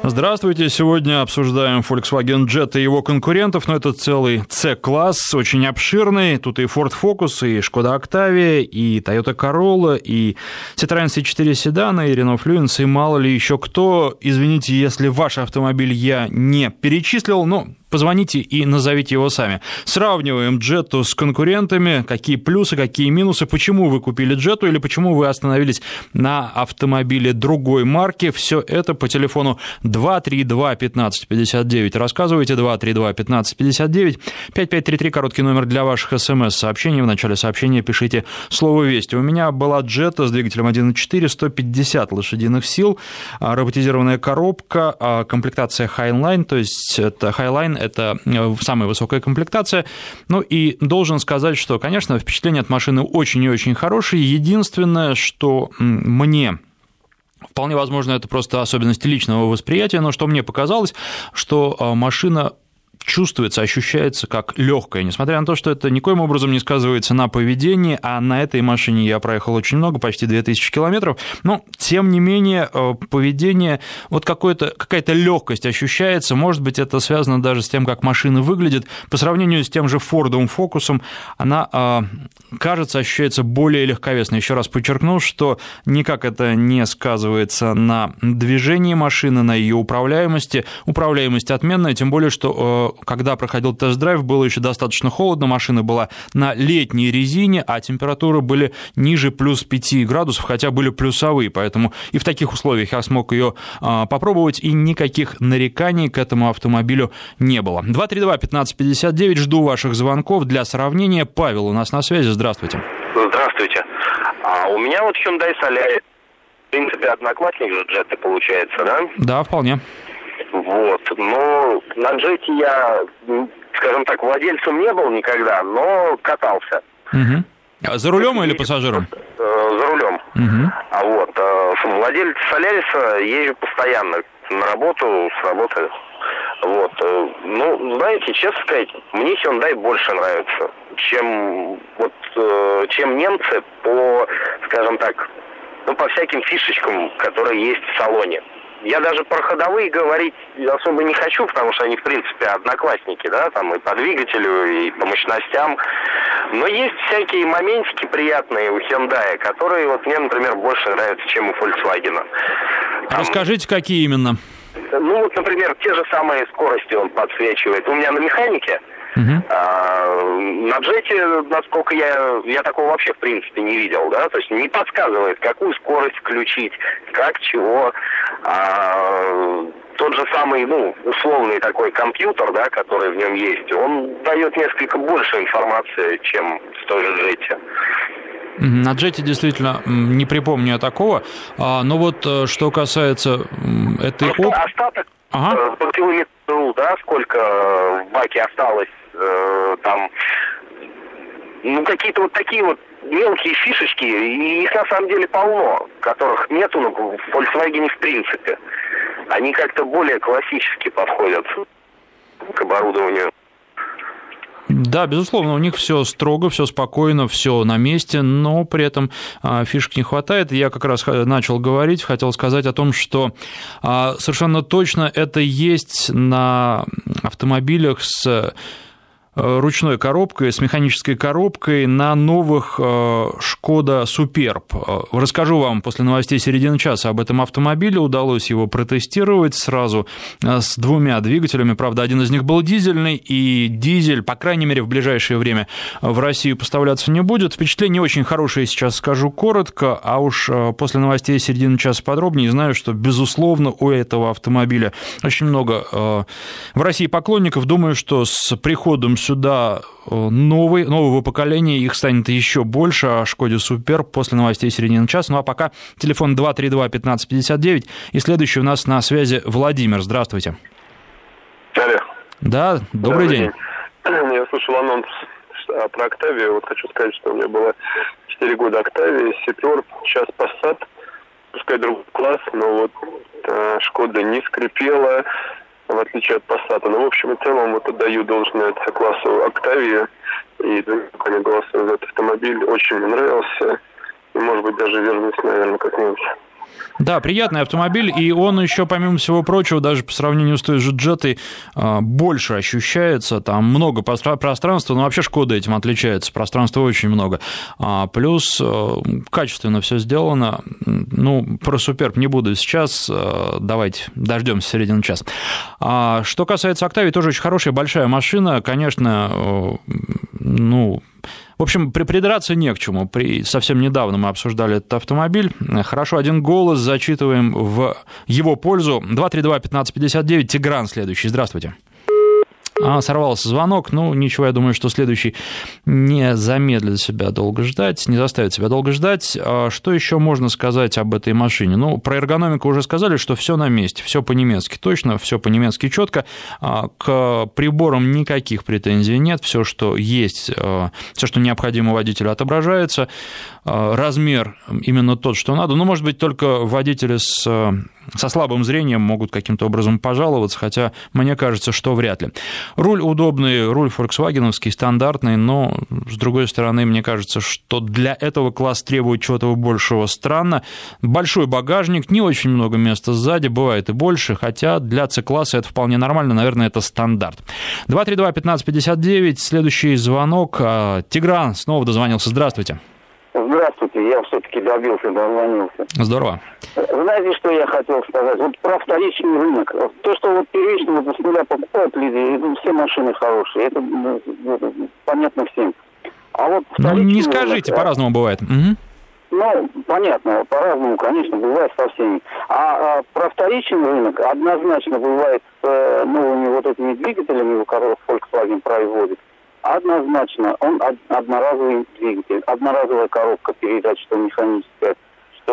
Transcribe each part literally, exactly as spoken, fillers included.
Здравствуйте. Сегодня обсуждаем Volkswagen Jetta и его конкурентов, но это целый C-класс, очень обширный. Тут и Ford Focus, и Skoda Octavia, и Toyota Corolla, и Citroёn си четыре седан, и Renault Fluence, и мало ли еще кто. Извините, если ваш автомобиль я не перечислил, но позвоните и назовите его сами. Сравниваем Jetta с конкурентами, какие плюсы, какие минусы, почему вы купили Jetta или почему вы остановились на автомобиле другой марки. Все это по телефону два три два пятнадцать пятьдесят девять. Рассказывайте, два три два пятнадцать пятьдесят девять. пять пять три три, короткий номер для ваших смс-сообщений. В начале сообщения пишите слово «Вести». У меня была Jetta с двигателем один и четыре, сто пятьдесят лошадиных сил, роботизированная коробка, комплектация Highline, то есть это Highline, это самая высокая комплектация. Ну и должен сказать, что, конечно, впечатление от машины очень и очень хорошее. Единственное, что мне... Вполне возможно, это просто особенности личного восприятия, но что мне показалось, что машина чувствуется, ощущается как легкая, несмотря на то, что это никоим образом не сказывается на поведении, а на этой машине я проехал очень много, почти две тысячи километров, но, тем не менее, поведение, вот какое-то, какая-то легкость ощущается, может быть, это связано даже с тем, как машина выглядит, по сравнению с тем же Ford'ом Focus'ом, она, кажется, ощущается более легковесной. Еще раз подчеркну, что никак это не сказывается на движении машины, на ее управляемости, управляемость отменная, тем более, что когда проходил тест-драйв, было еще достаточно холодно, машина была на летней резине, а температуры были ниже плюс пяти градусов, хотя были плюсовые, поэтому и в таких условиях я смог ее попробовать, и никаких нареканий к этому автомобилю не было. два три два пятнадцать пятьдесят девять, жду ваших звонков для сравнения. Павел у нас на связи, здравствуйте. Здравствуйте. А у меня вот Hyundai Solaris, в принципе, одноклассник же Jetta получается, да? Да, вполне. Вот, но на Джете я, скажем так, владельцем не был никогда, но катался. Угу. А за рулем или пассажиром? За рулем. Угу. А вот, владелец Соляриса езжу постоянно на работу, с работы. Вот, ну, знаете, честно сказать, мне Hyundai больше нравится, чем, вот, чем немцы по, скажем так, ну, по всяким фишечкам, которые есть в салоне. Я даже про ходовые говорить особо не хочу, потому что они, в принципе, одноклассники, да, там и по двигателю, и по мощностям. Но есть всякие моментики приятные у Hyundai, которые вот мне, например, больше нравятся, чем у Volkswagen. Там... Расскажите, какие именно? Ну, вот, например, те же самые скорости он подсвечивает. У меня на механике. Uh-huh. А, на Джете, насколько я, я такого вообще в принципе не видел, да, то есть не подсказывает, какую скорость включить, как, чего. А, тот же самый, ну, условный такой компьютер, да, который в нем есть, он дает несколько больше информации, чем в той же Джете. На Джете действительно не припомню я такого, но вот что касается этой опции... Остаток ага. по километру, да, сколько в баке осталось, э, там, ну, какие-то вот такие вот мелкие фишечки, и их на самом деле полно, которых нету ну, в Volkswagen в принципе. Они как-то более классически подходят к оборудованию. Да, безусловно, у них все строго, все спокойно, все на месте, но при этом фишек не хватает. Я как раз начал говорить, хотел сказать о том, что совершенно точно это есть на автомобилях с ручной коробкой, с механической коробкой на новых Skoda Superb. Расскажу вам после новостей середины часа об этом автомобиле. Удалось его протестировать сразу с двумя двигателями. Правда, один из них был дизельный, и дизель, по крайней мере, в ближайшее время в Россию поставляться не будет. Впечатление очень хорошее, сейчас скажу коротко, а уж после новостей середины часа подробнее. Знаю, что, безусловно, у этого автомобиля очень много в России поклонников. Думаю, что с приходом сюда новый, нового поколения, их станет еще больше, о Шкоде Суперб после новостей середины часа. Ну а пока телефон два три два пятнадцать пятьдесят девять, и следующий у нас на связи Владимир. Здравствуйте. Алло. Да, добрый, добрый день. день. Я слышал анонс про Октавию. Вот хочу сказать, что у меня было четыре года Октавия, Суперб, сейчас Passat, пускай другой класс, но вот Шкода не скрипела, в отличие от Passat. Но, в общем и целом, вот отдаю должное классу Octavia, и двумя голосом за этот автомобиль очень мне нравился, и, может быть, даже вернусь, наверное, как-нибудь. Да, приятный автомобиль, и он еще, помимо всего прочего, даже по сравнению с той же Джетой, больше ощущается, там много пространства, но вообще Шкода этим отличается, пространства очень много. Плюс качественно все сделано, ну, про Суперб не буду сейчас, давайте дождемся середины часа. Что касается Октавии, тоже очень хорошая, большая машина, конечно, ну... В общем, придраться не к чему. При... Совсем недавно мы обсуждали этот автомобиль. Хорошо, один голос зачитываем в его пользу. два три два пятнадцать пятьдесят девять. Тигран следующий. Здравствуйте. А, сорвался звонок. Ну, ничего, я думаю, что следующий не замедлит себя долго ждать, не заставит себя долго ждать. А что еще можно сказать об этой машине? Ну, про эргономику уже сказали, что все на месте, все по-немецки точно, все по-немецки четко. К приборам никаких претензий нет. Все, что есть, все, что необходимо водителю, отображается. Размер именно тот, что надо. Ну, может быть, только водители с... со слабым зрением могут каким-то образом пожаловаться, хотя мне кажется, что вряд ли. Руль удобный, руль фольксвагеновский, стандартный, но, с другой стороны, мне кажется, что для этого класс требует чего-то большего. Странно. Большой багажник, не очень много места сзади, бывает и больше, хотя для С-класса это вполне нормально, наверное, это стандарт. два три два пятнадцать пятьдесят девять, следующий звонок. Тигран снова дозвонился. Здравствуйте. Здравствуйте, я все-таки добился, дозвонился. Здорово. Знаете, что я хотел сказать? Вот про вторичный рынок. То, что вот первично вот с нуля покупают люди, все машины хорошие, это, это понятно всем. А вот ну, не скажите, рынок, по-разному бывает. Угу. Ну, понятно, по-разному, конечно, бывает со всеми. А, а про вторичный рынок однозначно бывает с э, новыми вот этими двигателями, которые Volkswagen производит. Однозначно, он одноразовый двигатель, одноразовая коробка передач, что механическая, что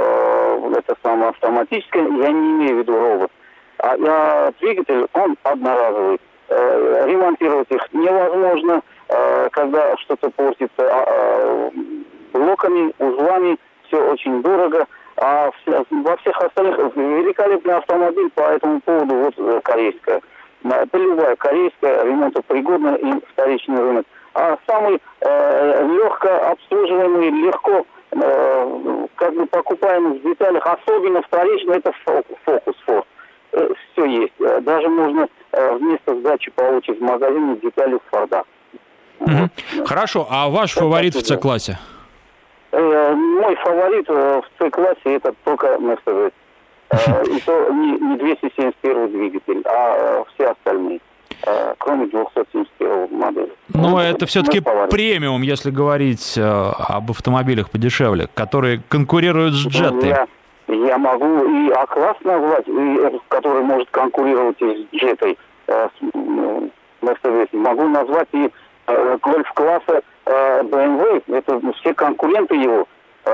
э, это самое автоматическое, я не имею в виду робот. А, а двигатель, он одноразовый. Э, ремонтировать их невозможно, э, когда что-то портится а, а, блоками, узлами, все очень дорого. А все, во всех остальных великолепный автомобиль по этому поводу вот корейская. Это любая корейская, ремонтопригодная и вторичный рынок. А самый э, легко обслуживаемый, легко э, как бы покупаемый в деталях, особенно вторичный, это Focus Ford. Э, все есть. Даже можно э, вместо сдачи получить в магазине детали Форда. Mm-hmm. Вот. Хорошо, а ваш это фаворит в С-классе? Э, мой фаворит в С-классе это только Mercedes. И то не, не двести семьдесят первый двигатель, а все остальные, кроме двухсот семьдесят первого модели. Но это все-таки премиум, если говорить об автомобилях подешевле, которые конкурируют с Джеттой. Я, я могу и А-класс назвать, и, который может конкурировать и с Джеттой, с Mercedes. Могу назвать и гольф-класса бэ эм вэ, это все конкуренты его.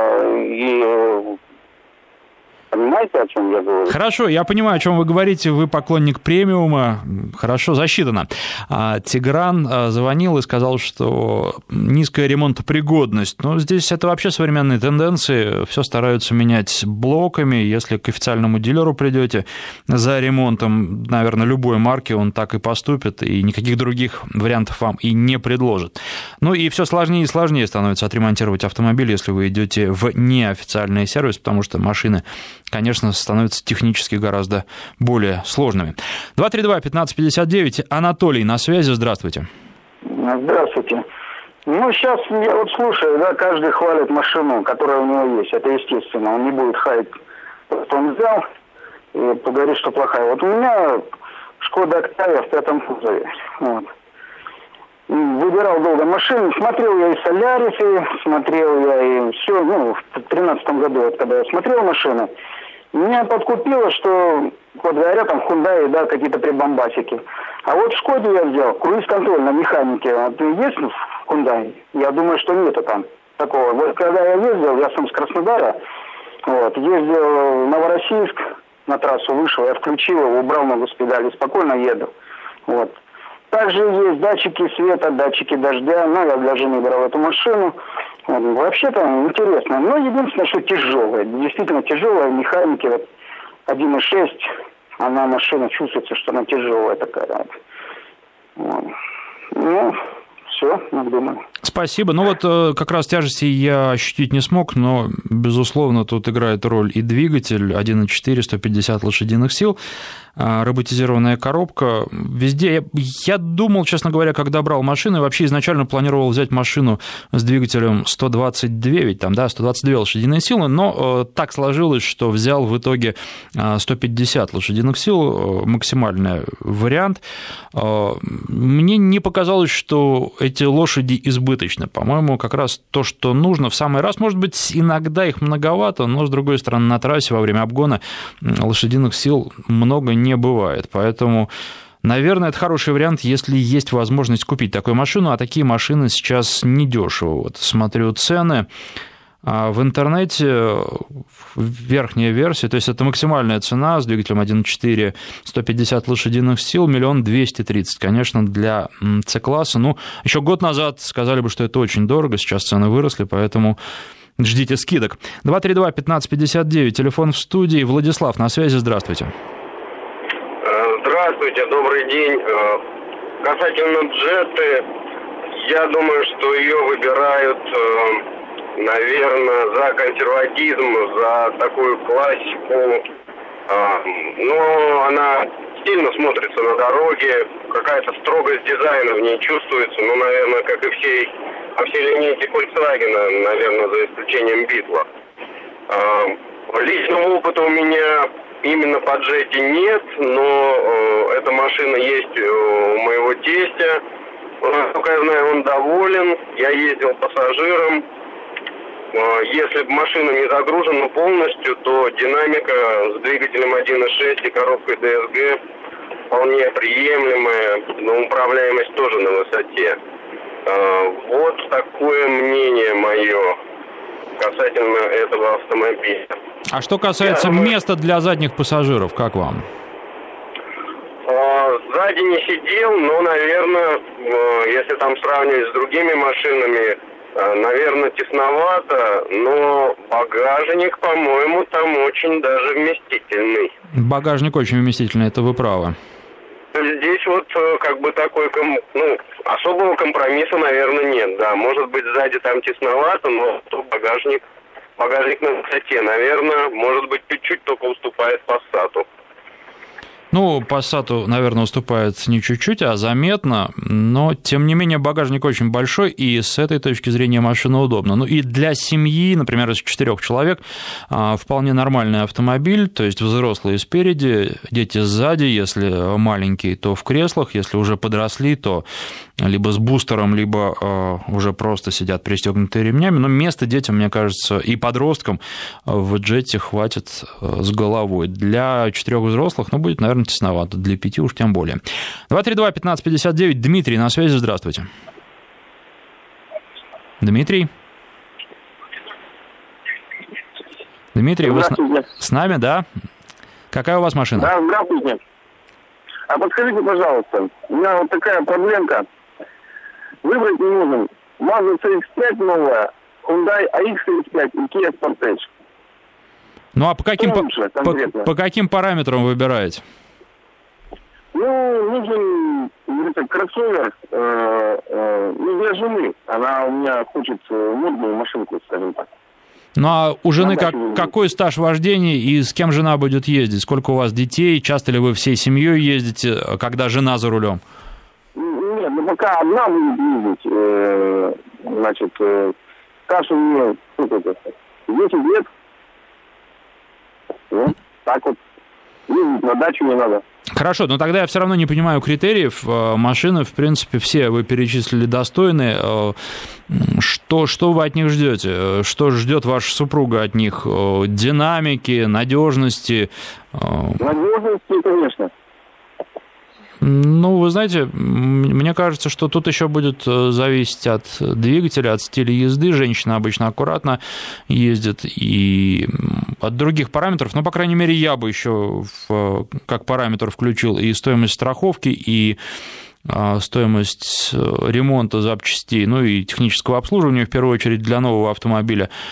И понимаете, о чем я говорю? Хорошо, я понимаю, о чем вы говорите. Вы поклонник премиума. Хорошо, засчитано. Тигран звонил и сказал, что низкая ремонтопригодность. Но здесь это вообще современные тенденции. Все стараются менять блоками. Если к официальному дилеру придете за ремонтом, наверное, любой марки, он так и поступит, и никаких других вариантов вам и не предложит. Ну и все сложнее и сложнее становится отремонтировать автомобиль, если вы идете в неофициальный сервис, потому что машины, конечно, становятся технически гораздо более сложными. два три два пятнадцать пятьдесят девять. Анатолий на связи. Здравствуйте. Здравствуйте. Ну, сейчас я вот слушаю, да, каждый хвалит машину, которая у него есть. Это естественно. Он не будет хаять, что он взял и поговорит, что плохая. Вот у меня Шкода Октавия в пятом кузове. Вот. Выбирал долго машину, смотрел я и Солярисы, смотрел я и все, ну, в тринадцатом году, вот, когда я смотрел машину, меня подкупило, что, вот говорят, там в Hyundai, да, какие-то прибамбасики. А вот в Шкоде я взял круиз-контроль на механике. Вот есть в Hyundai? Я думаю, что нету там такого. Вот когда я ездил, я сам с Краснодара, вот, ездил в Новороссийск, на трассу вышел, я включил его, убрал ногу с педали, спокойно еду. Вот. Также есть датчики света, датчики дождя. Ну, я для жены брал эту машину. Вот. Вообще-то интересно. Но единственное, что тяжелая. Действительно тяжелая. Механики вот один и шесть. Она, машина, чувствуется, что она тяжелая такая. Вот. Ну, Все, думаю. Спасибо. Ну вот как раз тяжести я ощутить не смог, но, безусловно, тут играет роль и двигатель один и четыре, сто пятьдесят лошадиных сил, роботизированная коробка. Везде. Я думал, честно говоря, когда брал машину, и вообще изначально планировал взять машину с двигателем сто двадцать девять, там, да, сто двадцать две лошадиные силы, но так сложилось, что взял в итоге сто пятьдесят лошадиных сил, максимальный вариант. Мне не показалось, что эти лошади избыточны. По-моему, как раз то, что нужно в самый раз. Может быть, иногда их многовато, но, с другой стороны, на трассе во время обгона лошадиных сил много не бывает. Поэтому, наверное, это хороший вариант, если есть возможность купить такую машину, а такие машины сейчас недешево. Вот смотрю цены. В интернете верхняя версия, то есть это максимальная цена с двигателем один и четыре, сто пятьдесят лошадиных сил, один двести тридцать. Конечно, для С-класса. Ну, еще год назад сказали бы, что это очень дорого, сейчас цены выросли, поэтому ждите скидок. два три два пятнадцать пятьдесят девять, телефон в студии. Владислав на связи, здравствуйте. Здравствуйте, добрый день. Касательно Джетты, я думаю, что ее выбирают, наверное, за консерватизм, за такую классику. Но она сильно смотрится на дороге, какая-то строгость дизайна в ней чувствуется, ну, наверное, как и всей, по всей линейке Volkswagen, наверное, за исключением Битла. Личного опыта у меня именно по Джетте нет, но эта машина есть у моего тестя. Насколько я знаю, он доволен. Я ездил пассажиром. Если машина не загружена полностью, то динамика с двигателем один и шесть и коробкой ди эс джи вполне приемлемая, но управляемость тоже на высоте. Вот такое мнение мое касательно этого автомобиля. А что касается Я места для задних пассажиров, как вам? Сзади не сидел, но, наверное, если там сравнивать с другими машинами, наверное, тесновато, но багажник, по-моему, там очень даже вместительный. Багажник очень вместительный, это вы правы. Здесь вот как бы такой, ну, особого компромисса, наверное, нет, да. Может быть, сзади там тесновато, но багажник, багажник на высоте, наверное, может быть, чуть-чуть только уступает Passat'у. Ну, Passat'у, наверное, уступает не чуть-чуть, а заметно, но, тем не менее, багажник очень большой, и с этой точки зрения машина удобна. Ну, и для семьи, например, из четырех человек, вполне нормальный автомобиль, то есть взрослые спереди, дети сзади, если маленькие, то в креслах, если уже подросли, то либо с бустером, либо уже просто сидят пристегнутые ремнями, но места детям, мне кажется, и подросткам в Джетте хватит с головой. Для четырех взрослых, ну, будет, наверное, тесновато, для пяти уж тем более. два три два пятнадцать пятьдесят девять, Дмитрий на связи, здравствуйте. Дмитрий? Дмитрий, вы с, с нами, да? Какая у вас машина? Да, здравствуйте. А подскажите, пожалуйста, у меня вот такая проблемка. Выбрать не можем. Mazda си икс пять новая, Hyundai эй икс тридцать пять и Kia Sportage. Ну, а по каким, лучше, по, по каким параметрам выбираете? Ну, нужен, говорится, кроссовер, э, э, ну, для жены. Она у меня хочет модную машинку, скажем так. Ну, а у жены как, какой стаж вождения и с кем жена будет ездить? Сколько у вас детей? Часто ли вы всей семьей ездите, когда жена за рулем? Нет, ну пока одна будет ездить. Э, значит, э, стаж у нее десять лет. Ну, так вот. Ездить на дачу не надо. Хорошо, но тогда я все равно не понимаю критериев. Машины, в принципе, все вы перечислили достойные. Что, что вы от них ждете? Что ждет ваша супруга от них? Динамики, надежности? Надежности, конечно. Ну, вы знаете, мне кажется, что тут еще будет зависеть от двигателя, от стиля езды. Женщина обычно аккуратно ездит, и от других параметров, ну, по крайней мере, я бы еще в, как параметр включил и стоимость страховки, и стоимость ремонта запчастей, ну, и технического обслуживания, в первую очередь, для нового автомобиля.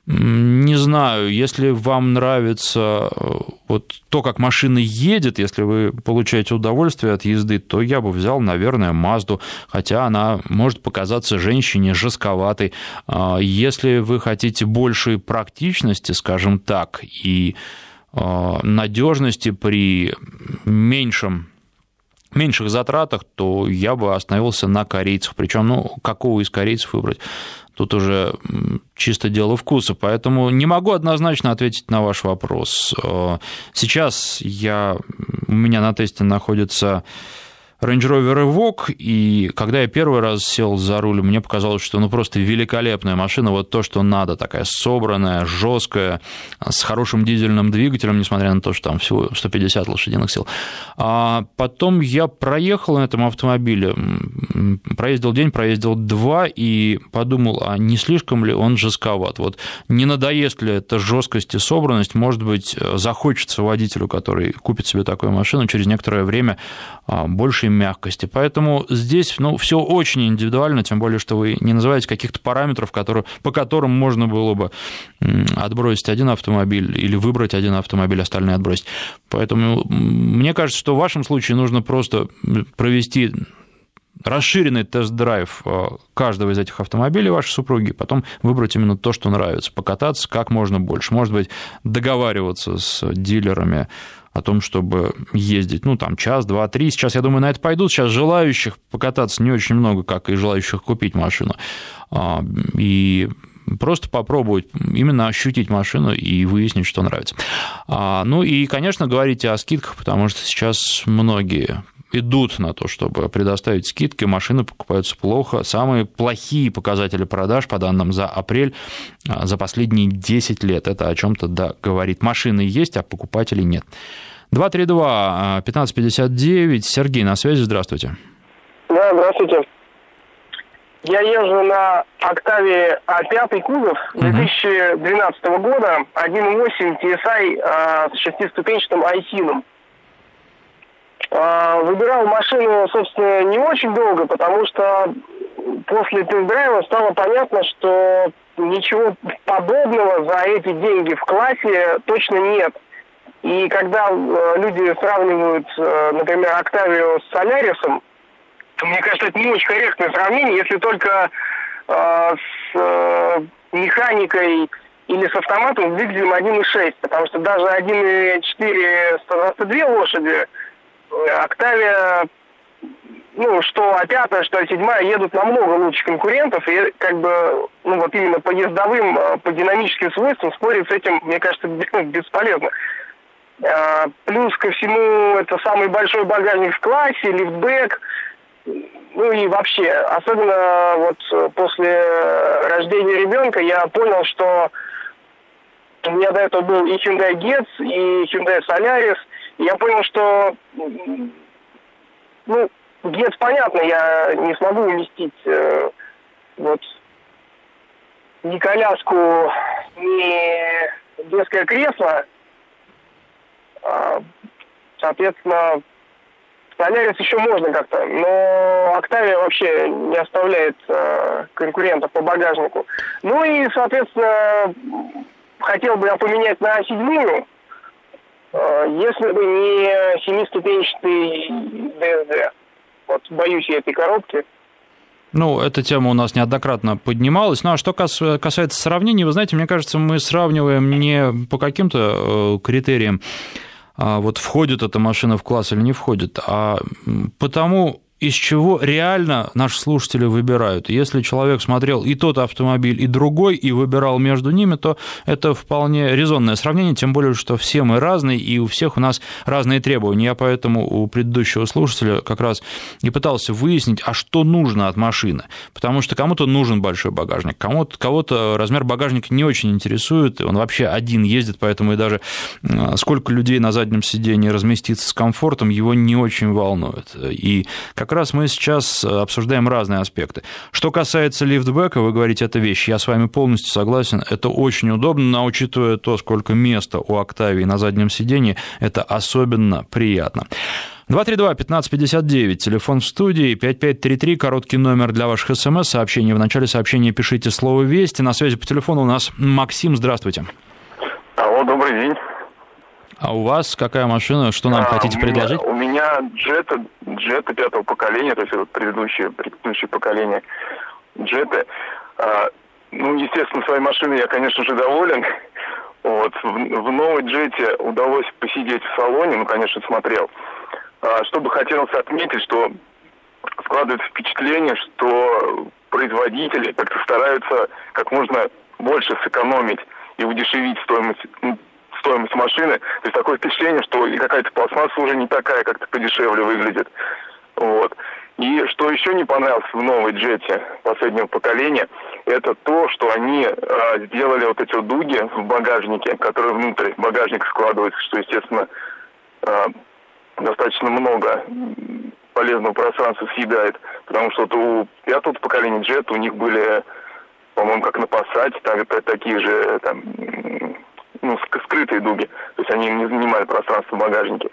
Не знаю, если вам нравится вот то, как машина едет, если вы получаете удовольствие от езды, то я бы взял, наверное, Мазду, хотя она может показаться женщине жестковатой. Если вы хотите большей практичности, скажем так, и надежности при меньшем меньших затратах, то я бы остановился на корейцах. Причем, ну, какого из корейцев выбрать? Тут уже чисто дело вкуса, поэтому не могу однозначно ответить на ваш вопрос. Сейчас я, у меня на тесте находится Range Rover Evoque, и когда я первый раз сел за руль, мне показалось, что ну просто великолепная машина, вот то, что надо, такая собранная, жесткая, с хорошим дизельным двигателем, несмотря на то, что там всего сто пятьдесят лошадиных сил. А потом я проехал на этом автомобиле, проездил день, проездил два, и подумал, а не слишком ли он жестковат? Вот не надоест ли эта жесткость и собранность? Может быть, захочется водителю, который купит себе такую машину, через некоторое время больше мягкости. Поэтому здесь ну, все очень индивидуально, тем более, что вы не называете каких-то параметров, которые, по которым можно было бы отбросить один автомобиль или выбрать один автомобиль, остальные отбросить. Поэтому мне кажется, что в вашем случае нужно просто провести расширенный тест-драйв каждого из этих автомобилей вашей супруги, потом выбрать именно то, что нравится, покататься как можно больше. Может быть, договариваться с дилерами о том, чтобы ездить, ну, там, час, два, три. Сейчас, я думаю, на это пойдут. Сейчас желающих покататься не очень много, как и желающих купить машину. И просто попробовать именно ощутить машину и выяснить, что нравится. Ну, и, конечно, говорите о скидках, потому что сейчас многие идут на то, чтобы предоставить скидки, машины покупаются плохо. Самые плохие показатели продаж, по данным за апрель, за последние десять лет. Это о чем-то да, говорит. Машины есть, а покупателей нет. два три два пятнадцать пятьдесят девять. Сергей на связи, здравствуйте. Да, здравствуйте. Я езжу на Октаве А пять кузов две тысячи двенадцатого года, один и восемь ти эс ай с шестиступенчатым айсином. Выбирал машину, собственно, не очень долго, потому что после тест-драйва стало понятно, что ничего подобного за эти деньги в классе точно нет. И когда люди сравнивают, например, Октавию с Солярисом, то, мне кажется, это не очень корректное сравнение, если только э, с э, механикой или с автоматом с двигателем один и шесть, потому что даже один и четыре сто двадцать две лошади Октавия, ну, что А пять, что А семь едут намного лучше конкурентов, и как бы, ну, вот именно по ездовым, по динамическим свойствам спорить с этим, мне кажется, бесполезно. Плюс ко всему, это самый большой багажник в классе, лифтбэк, ну и вообще, особенно вот после рождения ребенка я понял, что у меня до этого был и Hyundai Getz, и Hyundai Solaris, и я понял, что, ну, Getz, понятно, я не смогу уместить э, вот ни коляску, ни детское кресло, а, соответственно, Solaris еще можно как-то, но Octavia вообще не оставляет э, конкурентов по багажнику. Ну и, соответственно, хотел бы я поменять на седьмую, э, если бы не семиступенчатый ди эс ди. Вот боюсь я этой коробки. Ну, эта тема у нас неоднократно поднималась. Ну, а что касается сравнений, вы знаете, мне кажется, мы сравниваем не по каким-то критериям, вот входит эта машина в класс или не входит, а потому, из чего реально наши слушатели выбирают. Если человек смотрел и тот автомобиль, и другой, и выбирал между ними, то это вполне резонное сравнение, тем более, что все мы разные, и у всех у нас разные требования. Я поэтому у предыдущего слушателя как раз и пытался выяснить, а что нужно от машины. Потому что кому-то нужен большой багажник, кому-то, кого-то размер багажника не очень интересует, он вообще один ездит, поэтому и даже сколько людей на заднем сидении разместится с комфортом, его не очень волнует. И как Как раз мы сейчас обсуждаем разные аспекты. Что касается лифтбэка, вы говорите, это вещь, я с вами полностью согласен, это очень удобно, но учитывая то, сколько места у Октавии на заднем сидении, это особенно приятно. два три два пятнадцать пятьдесят девять, телефон в студии, пять пять три три, короткий номер для ваших смс-сообщений. В начале сообщения пишите слово «Вести». На связи по телефону у нас Максим, здравствуйте. Алло, добрый день. А у вас какая машина, что нам а, хотите у предложить? Меня, у меня Jetta, Jetta пятого поколения, то есть вот предыдущее, предыдущее поколение Jetta. А, ну, естественно, своей машиной я, конечно же, доволен. Вот, в, в новой Jetta удалось посидеть в салоне, ну, конечно, смотрел. А, что бы хотелось отметить, что складывается впечатление, что производители как-то стараются как можно больше сэкономить и удешевить стоимость, стоимость машины. То есть такое впечатление, что и какая-то пластмасса уже не такая, как-то подешевле выглядит. Вот. И что еще не понравилось в новой Jetta последнего поколения, это то, что они а, сделали вот эти вот дуги в багажнике, которые внутрь багажника складываются, что, естественно, а, достаточно много полезного пространства съедает. Потому что вот у пятого поколения Jetta у них были, по-моему, как на Passat, так, такие же там, ну, скрытые дуги. То есть они не занимали пространство в багажнике.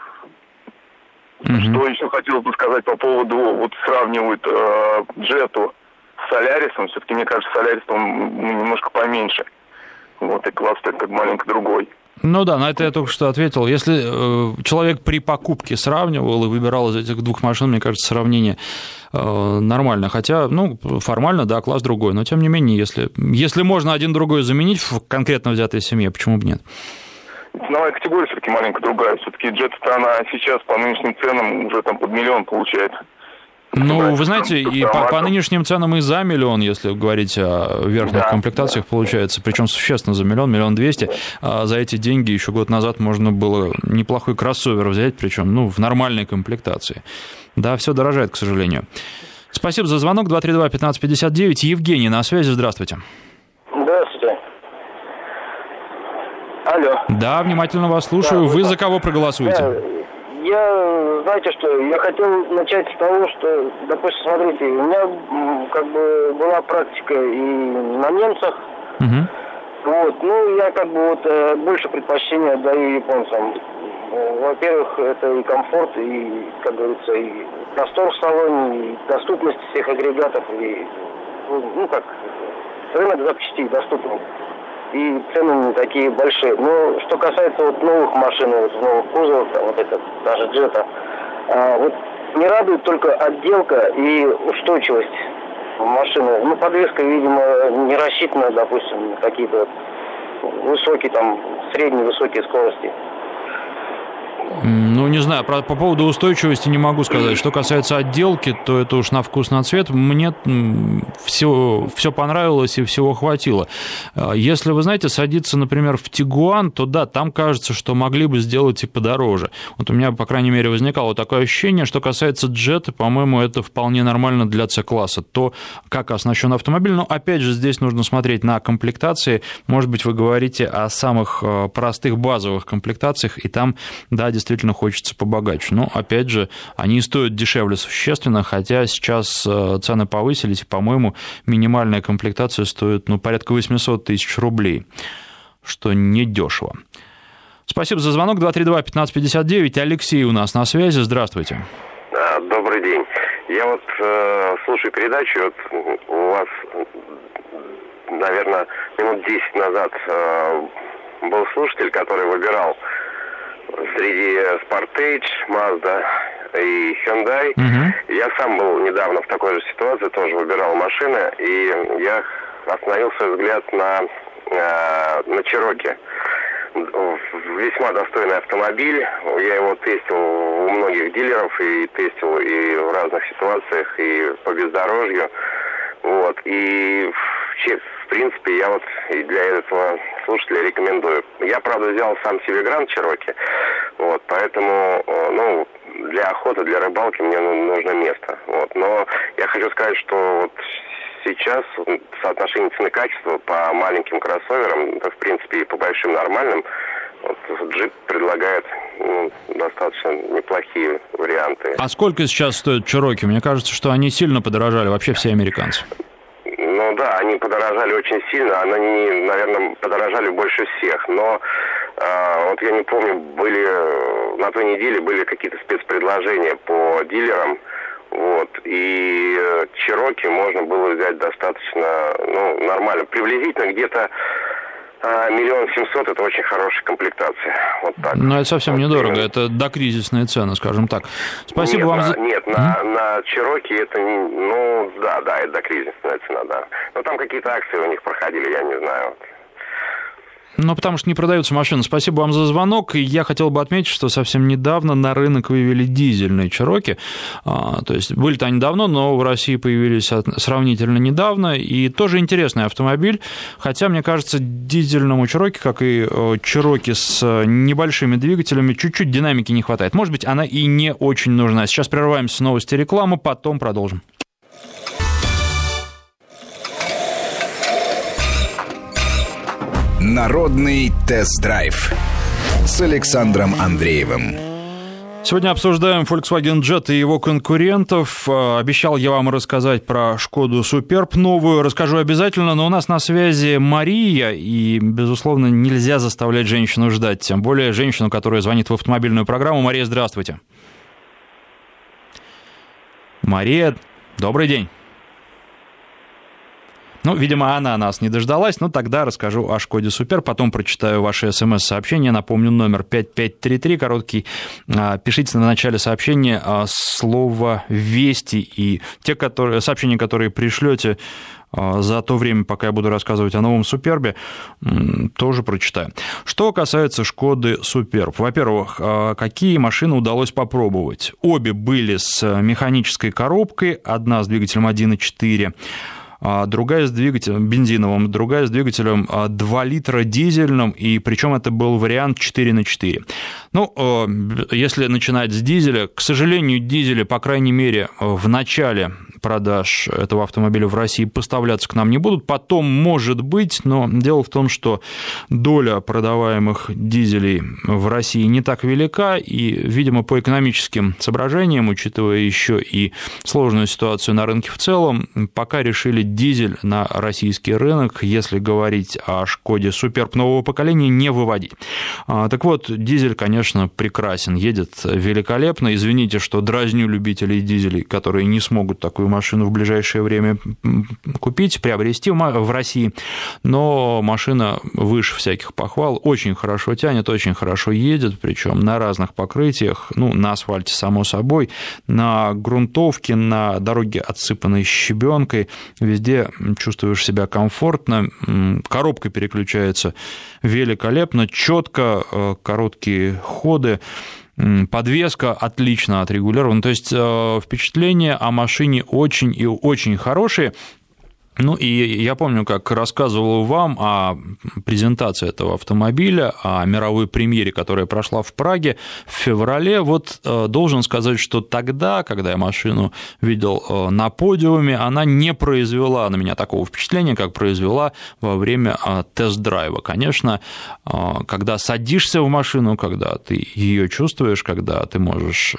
Mm-hmm. Что еще хотелось бы сказать по поводу, вот сравнивают э, Jetta с Солярисом. Все-таки, мне кажется, Солярис, он немножко поменьше. Вот, и класс как маленько другой. Ну да, на это я только что ответил. Если э, человек при покупке сравнивал и выбирал из этих двух машин, мне кажется, сравнение э, нормально. Хотя, ну, формально, да, класс другой. Но, тем не менее, если, если можно один другой заменить в конкретно взятой семье, почему бы нет? Ценовая категория все-таки маленько другая. Все-таки Jetta, она сейчас по нынешним ценам уже там под миллион получается. Ну, вы знаете, и по, по нынешним ценам и за миллион, если говорить о верхних да, комплектациях, да. получается, причем существенно за миллион, миллион двести. А за эти деньги еще год назад можно было неплохой кроссовер взять, причем, ну, в нормальной комплектации. Да, все дорожает, к сожалению. Спасибо за звонок. два три два пятнадцать пятьдесят девять. Евгений на связи. Здравствуйте. Здравствуйте. Алло. Да, внимательно вас слушаю. Да, вы, вы за кого проголосуете? Да. Я, знаете что, я хотел начать с того, что, допустим, смотрите, у меня как бы была практика и на немцах, угу. вот, ну, я как бы вот больше предпочтения отдаю японцам. Во-первых, это и комфорт, и, как говорится, и простор в салоне, и доступность всех агрегатов, и, ну, как, рынок запчастей доступный. И цены не такие большие. Но что касается вот новых машин, вот новых кузовов, там, вот это, даже Jetta, а, вот не радует только отделка и устойчивость машины. Ну, подвеска, видимо, не рассчитана, допустим, на какие-то высокие, там, средние высокие скорости. Ну, не знаю, по поводу устойчивости не могу сказать. Что касается отделки, то это уж на вкус, на цвет. Мне все, все понравилось и всего хватило. Если, вы знаете, садиться, например, в Тигуан, то да, там кажется, что могли бы сделать и подороже. Вот у меня, по крайней мере, возникало такое ощущение. Что касается Jetta, по-моему, это вполне нормально для С-класса. То, как оснащен автомобиль, но, опять же, здесь нужно смотреть на комплектации. Может быть, вы говорите о самых простых базовых комплектациях, и там, да, действительно хочется побогаче. Но, опять же, они стоят дешевле существенно, хотя сейчас цены повысились, и, по-моему, минимальная комплектация стоит, ну, порядка восемьсот тысяч рублей, что недешево. Спасибо за звонок. два три два пятнадцать пятьдесят девять. Алексей у нас на связи. Здравствуйте. Добрый день. Я вот э, слушаю передачу, вот у вас, наверное, минут десять назад э, был слушатель, который выбирал среди Sportage, Mazda и Hyundai. Uh-huh. Я сам был недавно в такой же ситуации, тоже выбирал машины, и я остановил свой взгляд на, на Cherokee. Весьма достойный автомобиль. Я его тестил у многих дилеров и тестил и в разных ситуациях, и по бездорожью. Вот. И в принципе, я вот и для этого слушателя рекомендую. Я, правда, взял сам себе Grand Cherokee, вот, поэтому, ну, для охоты, для рыбалки мне нужно место. Вот. Но я хочу сказать, что вот сейчас соотношение цены-качества по маленьким кроссоверам, да, в принципе, и по большим нормальным, вот, Jeep предлагает, ну, достаточно неплохие варианты. А сколько сейчас стоит Cherokee? Мне кажется, что они сильно подорожали, вообще все американцы. Ну да, они подорожали очень сильно, они, наверное, подорожали больше всех, но э, вот я не помню, были на той неделе были какие-то спецпредложения по дилерам. Вот, и Чероки можно было взять достаточно, ну, нормально. Приблизительно где-то а, миллион семьсот, это очень хорошая комплектация. Вот так. Но это совсем вот недорого, именно. это докризисные цены, скажем так. Спасибо нет, вам на, за... Нет, на, на Чероки это, не, ну, да, да, это докризисная цена, да. Но там какие-то акции у них проходили, я не знаю. Ну, потому что не продаются машины. Спасибо вам за звонок. И я хотел бы отметить, что совсем недавно на рынок вывели дизельные Чероки. А, то есть были-то они давно, но в России появились сравнительно недавно. И тоже интересный автомобиль. Хотя, мне кажется, дизельному Чероки, как и Чероки с небольшими двигателями, чуть-чуть динамики не хватает. Может быть, она и не очень нужна. Сейчас прерываемся, новости, реклама, потом продолжим. Народный тест-драйв с Александром Андреевым. Сегодня обсуждаем Volkswagen Jetta и его конкурентов. Обещал я вам рассказать про Шкоду Суперб новую. Расскажу обязательно, но у нас на связи Мария, и, безусловно, нельзя заставлять женщину ждать, тем более женщину, которая звонит в автомобильную программу. Мария, здравствуйте. Мария, добрый день. Ну, видимо, она нас не дождалась, но тогда расскажу о Шкоде Суперб, потом прочитаю ваши смс-сообщения. Напомню, номер пять пять три три, короткий. Пишите на начале сообщения слово «Вести», и те которые, сообщения, которые пришлете за то время, пока я буду рассказывать о новом Супербе, тоже прочитаю. Что касается Шкоды Суперб. Во-первых, какие машины удалось попробовать? Обе были с механической коробкой, одна с двигателем один и четыре, другая с двигателем бензиновым, другая с двигателем два литра дизельным, и причем это был вариант четыре на четыре. Ну, если начинать с дизеля, к сожалению, дизели, по крайней мере, в начале продаж этого автомобиля в России поставляться к нам не будут, потом, может быть, но дело в том, что доля продаваемых дизелей в России не так велика, и, видимо, по экономическим соображениям, учитывая еще и сложную ситуацию на рынке в целом, пока решили дизель на российский рынок, если говорить о Шкоде Суперб нового поколения, не выводить. Так вот, дизель, конечно, прекрасен, едет великолепно. Извините, что дразню любителей дизелей, которые не смогут такую машину в ближайшее время купить, приобрести в России, но машина выше всяких похвал, очень хорошо тянет, очень хорошо едет, причем на разных покрытиях, ну, на асфальте, само собой, на грунтовке, на дороге, отсыпанной щебенкой, везде чувствуешь себя комфортно, коробка переключается великолепно, четко, короткие ходы, подвеска отлично отрегулирована, то есть впечатления о машине очень и очень хорошие. Ну, и я помню, как рассказывал вам о презентации этого автомобиля, о мировой премьере, которая прошла в Праге в феврале. Вот должен сказать, что тогда, когда я машину видел на подиуме, она не произвела на меня такого впечатления, как произвела во время тест-драйва. Конечно, когда садишься в машину, когда ты ее чувствуешь, когда ты можешь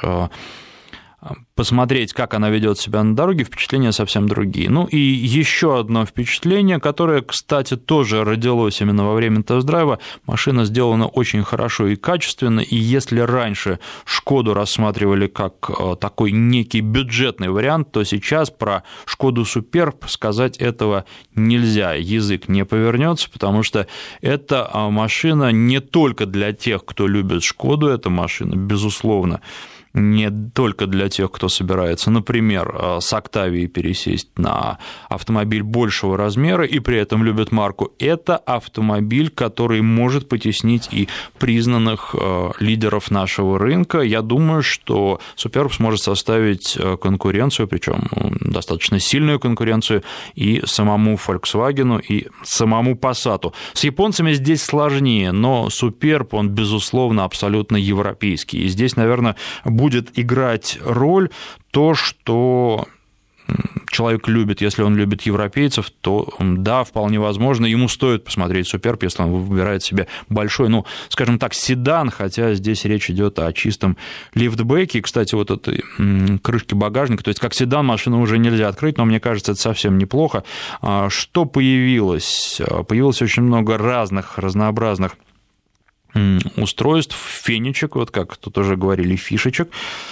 посмотреть, как она ведет себя на дороге, впечатления совсем другие. Ну и еще одно впечатление, которое, кстати, тоже родилось именно во время тест-драйва. Машина сделана очень хорошо и качественно, и если раньше Шкоду рассматривали как такой некий бюджетный вариант, то сейчас про Шкоду Суперб сказать этого нельзя, язык не повернется, потому что эта машина не только для тех, кто любит Шкоду, эта машина, безусловно, не только для тех, кто собирается, например, с Октавией пересесть на автомобиль большего размера и при этом любит марку. Это автомобиль, который может потеснить и признанных лидеров нашего рынка. Я думаю, что Суперб сможет составить конкуренцию, причем достаточно сильную конкуренцию и самому Volkswagen, и самому Passat. С японцами здесь сложнее, но Суперб, он, безусловно, абсолютно европейский. И здесь, наверное, будет будет играть роль то, что человек любит. Если он любит европейцев, то да, вполне возможно, ему стоит посмотреть Суперб, если он выбирает себе большой, ну, скажем так, седан, хотя здесь речь идет о чистом лифтбеке. И, кстати, вот этой крышки багажника, то есть как седан машину уже нельзя открыть, но мне кажется, это совсем неплохо. Что появилось? Появилось очень много разных, разнообразных устройств, фенечек, вот как тут уже говорили, фишечек.